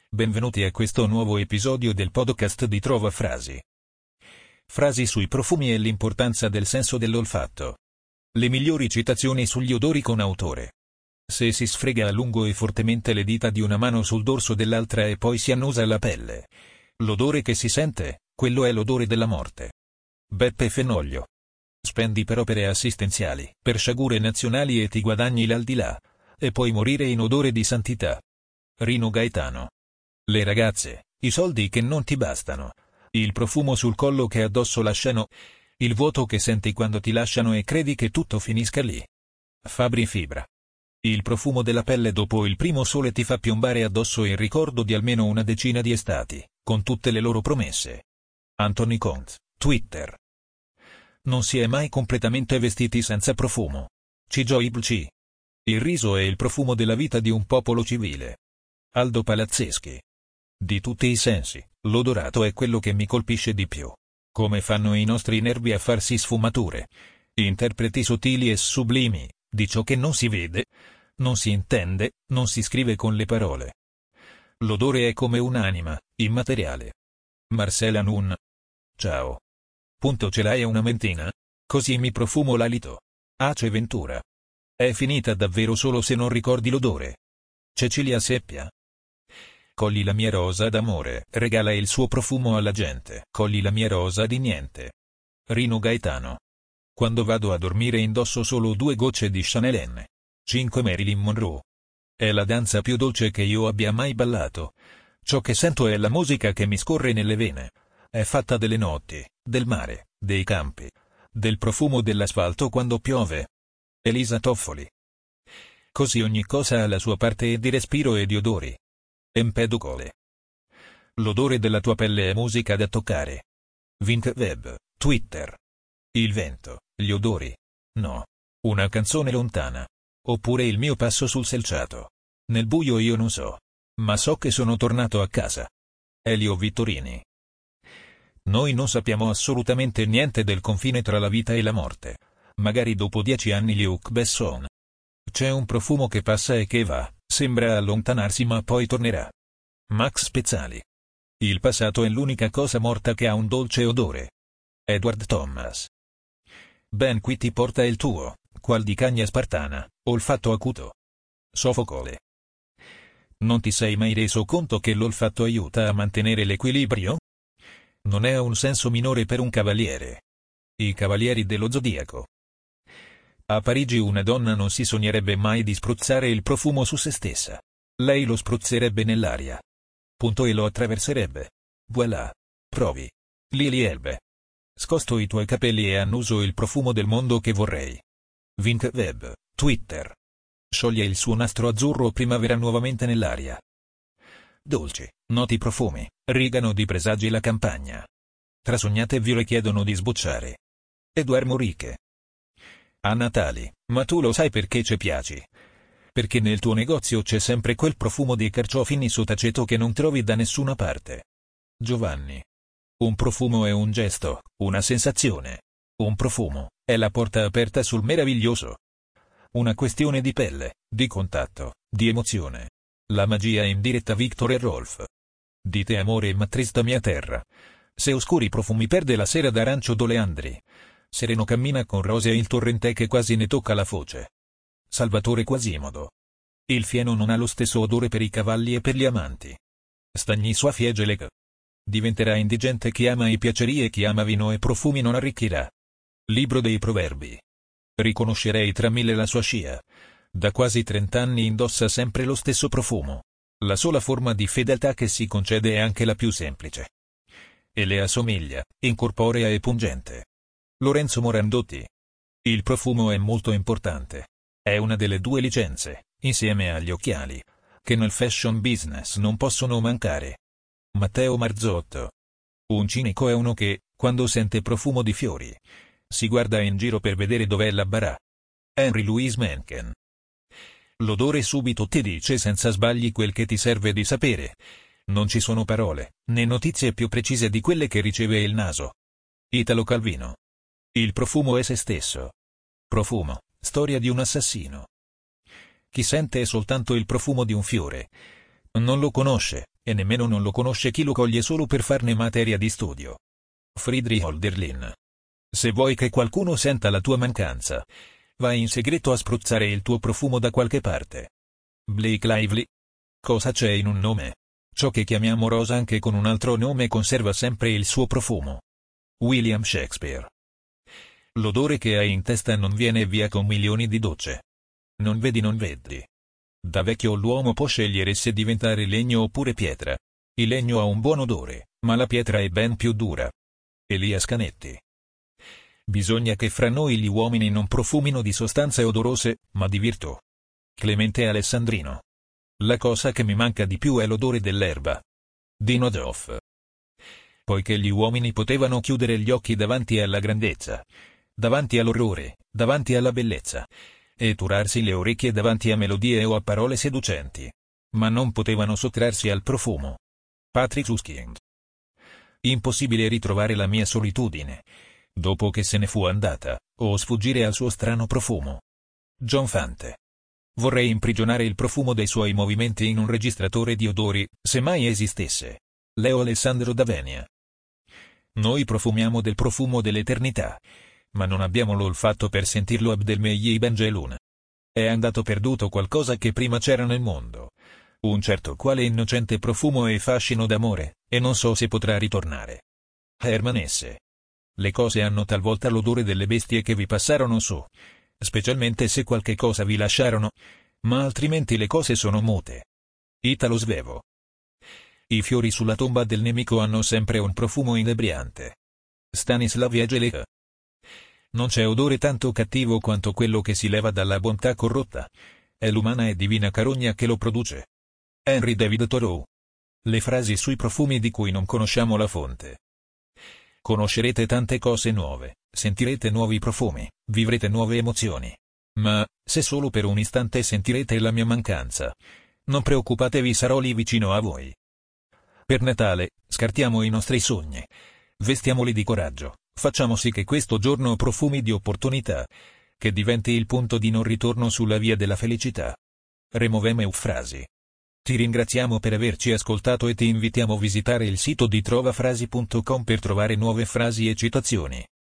Benvenuti a questo nuovo episodio del podcast di Trova Frasi. Frasi sui profumi e l'importanza del senso dell'olfatto. Le migliori citazioni sugli odori con autore. Se si sfrega a lungo e fortemente le dita di una mano sul dorso dell'altra e poi si annusa la pelle, l'odore che si sente, quello è l'odore della morte. Beppe Fenoglio. Spendi per opere assistenziali, per sciagure nazionali e ti guadagni l'aldilà, e puoi morire in odore di santità. Rino Gaetano. Le ragazze, i soldi che non ti bastano, il profumo sul collo che addosso lasciano, il vuoto che senti quando ti lasciano e credi che tutto finisca lì. Fabri Fibra. Il profumo della pelle dopo il primo sole ti fa piombare addosso il ricordo di almeno una decina di estati, con tutte le loro promesse. Anthony Conte, Twitter. Non si è mai completamente vestiti senza profumo. Cijoib C. Il riso è il profumo della vita di un popolo civile. Aldo Palazzeschi. Di tutti i sensi, l'odorato è quello che mi colpisce di più. Come fanno i nostri nervi a farsi sfumature, interpreti sottili e sublimi, di ciò che non si vede, non si intende, non si scrive con le parole. L'odore è come un'anima, immateriale. Marcela Nun. Ciao. Punto, ce l'hai una mentina? Così mi profumo l'alito. Ace Ventura. È finita davvero solo se non ricordi l'odore. Cecilia Seppia. Cogli la mia rosa d'amore, regala il suo profumo alla gente. Cogli la mia rosa di niente. Rino Gaetano. Quando vado a dormire indosso solo 2 gocce di Chanel N. 5 Marilyn Monroe. È la danza più dolce che io abbia mai ballato. Ciò che sento è la musica che mi scorre nelle vene. È fatta delle notti, del mare, dei campi, del profumo dell'asfalto quando piove. Elisa Toffoli. Così ogni cosa ha la sua parte di respiro e di odori. Empedocole. L'odore della tua pelle è musica da toccare. Vink Web, Twitter. Il vento, gli odori. No. Una canzone lontana. Oppure il mio passo sul selciato. Nel buio io non so. Ma so che sono tornato a casa. Elio Vittorini. Noi non sappiamo assolutamente niente del confine tra la vita e la morte. Magari dopo 10 anni Luc Besson. C'è un profumo che passa e che va, sembra allontanarsi ma poi tornerà. Max Pezzali. Il passato è l'unica cosa morta che ha un dolce odore. Edward Thomas. Ben qui ti porta il tuo, qual di cagna spartana, olfatto acuto. Sofocle. Non ti sei mai reso conto che l'olfatto aiuta a mantenere l'equilibrio? Non è un senso minore per un cavaliere. I cavalieri dello zodiaco. A Parigi una donna non si sognerebbe mai di spruzzare il profumo su se stessa. Lei lo spruzzerebbe nell'aria. Punto, e lo attraverserebbe. Voilà. Provi. Lily Elbe. Scosto i tuoi capelli e annuso il profumo del mondo che vorrei. Vink Web, Twitter. Scioglie il suo nastro azzurro primavera nuovamente nell'aria. Dolci, noti profumi, rigano di presagi la campagna. Trasognate viole chiedono di sbocciare. Edouard Moriche. A Natali, ma tu lo sai perché ci piaci? Perché nel tuo negozio c'è sempre quel profumo di carciofini sottaceto che non trovi da nessuna parte. Giovanni. Un profumo è un gesto, una sensazione. Un profumo è la porta aperta sul meraviglioso. Una questione di pelle, di contatto, di emozione. La magia in diretta. Victor e Rolf. Dite amore ma trista mia terra. Se oscuri profumi perde la sera d'arancio d'oleandri. Sereno cammina con rosea il torrente che quasi ne tocca la foce. Salvatore Quasimodo. Il fieno non ha lo stesso odore per i cavalli e per gli amanti. Stanisław Jegiełek. Diventerà indigente chi ama i piaceri e chi ama vino e profumi non arricchirà. Libro dei Proverbi. Riconoscerei tra 1000 la sua scia. Da quasi 30 anni indossa sempre lo stesso profumo. La sola forma di fedeltà che si concede è anche la più semplice. E le assomiglia, incorporea e pungente. Lorenzo Morandotti. Il profumo è molto importante. È una delle 2 licenze, insieme agli occhiali, che nel fashion business non possono mancare. Matteo Marzotto. Un cinico è uno che, quando sente profumo di fiori, si guarda in giro per vedere dov'è la barà. Henry Louis Mencken. L'odore subito ti dice senza sbagli quel che ti serve di sapere. Non ci sono parole, né notizie più precise di quelle che riceve il naso. Italo Calvino. Il profumo è se stesso. Profumo, storia di un assassino. Chi sente soltanto il profumo di un fiore non lo conosce, e nemmeno non lo conosce chi lo coglie solo per farne materia di studio. Friedrich Hölderlin. Se vuoi che qualcuno senta la tua mancanza, vai in segreto a spruzzare il tuo profumo da qualche parte. Blake Lively. Cosa c'è in un nome? Ciò che chiamiamo rosa anche con un altro nome conserva sempre il suo profumo. William Shakespeare. L'odore che hai in testa non viene via con milioni di docce. Non vedi, non vedi. Da vecchio l'uomo può scegliere se diventare legno oppure pietra. Il legno ha un buon odore, ma la pietra è ben più dura. Elias Canetti. Bisogna che fra noi gli uomini non profumino di sostanze odorose, ma di virtù. Clemente Alessandrino. La cosa che mi manca di più è l'odore dell'erba. Dino Zoff. Poiché gli uomini potevano chiudere gli occhi davanti alla grandezza, davanti all'orrore, davanti alla bellezza, e turarsi le orecchie davanti a melodie o a parole seducenti, ma non potevano sottrarsi al profumo. Patrick Süskind. Impossibile ritrovare la mia solitudine, dopo che se ne fu andata, o sfuggire al suo strano profumo. John Fante. Vorrei imprigionare il profumo dei suoi movimenti in un registratore di odori, se mai esistesse. Leo Alessandro D'Avenia. Noi profumiamo del profumo dell'eternità, ma non abbiamo l'olfatto per sentirlo. Abdelmeyi Benjelloun. È andato perduto qualcosa che prima c'era nel mondo. Un certo quale innocente profumo e fascino d'amore, e non so se potrà ritornare. Hermann Hesse. Le cose hanno talvolta l'odore delle bestie che vi passarono su, specialmente se qualche cosa vi lasciarono, ma altrimenti le cose sono mute. Italo Svevo. I fiori sulla tomba del nemico hanno sempre un profumo inebriante. Stanislav Jegelev. Non c'è odore tanto cattivo quanto quello che si leva dalla bontà corrotta. È l'umana e divina carogna che lo produce. Henry David Thoreau. Le frasi sui profumi di cui non conosciamo la fonte. Conoscerete tante cose nuove, sentirete nuovi profumi, vivrete nuove emozioni. Ma, se solo per un istante sentirete la mia mancanza, non preoccupatevi, sarò lì vicino a voi. Per Natale, scartiamo i nostri sogni. Vestiamoli di coraggio, facciamo sì che questo giorno profumi di opportunità, che diventi il punto di non ritorno sulla via della felicità. Removeme Euffrasi. Ti ringraziamo per averci ascoltato e ti invitiamo a visitare il sito di trovafrasi.com per trovare nuove frasi e citazioni.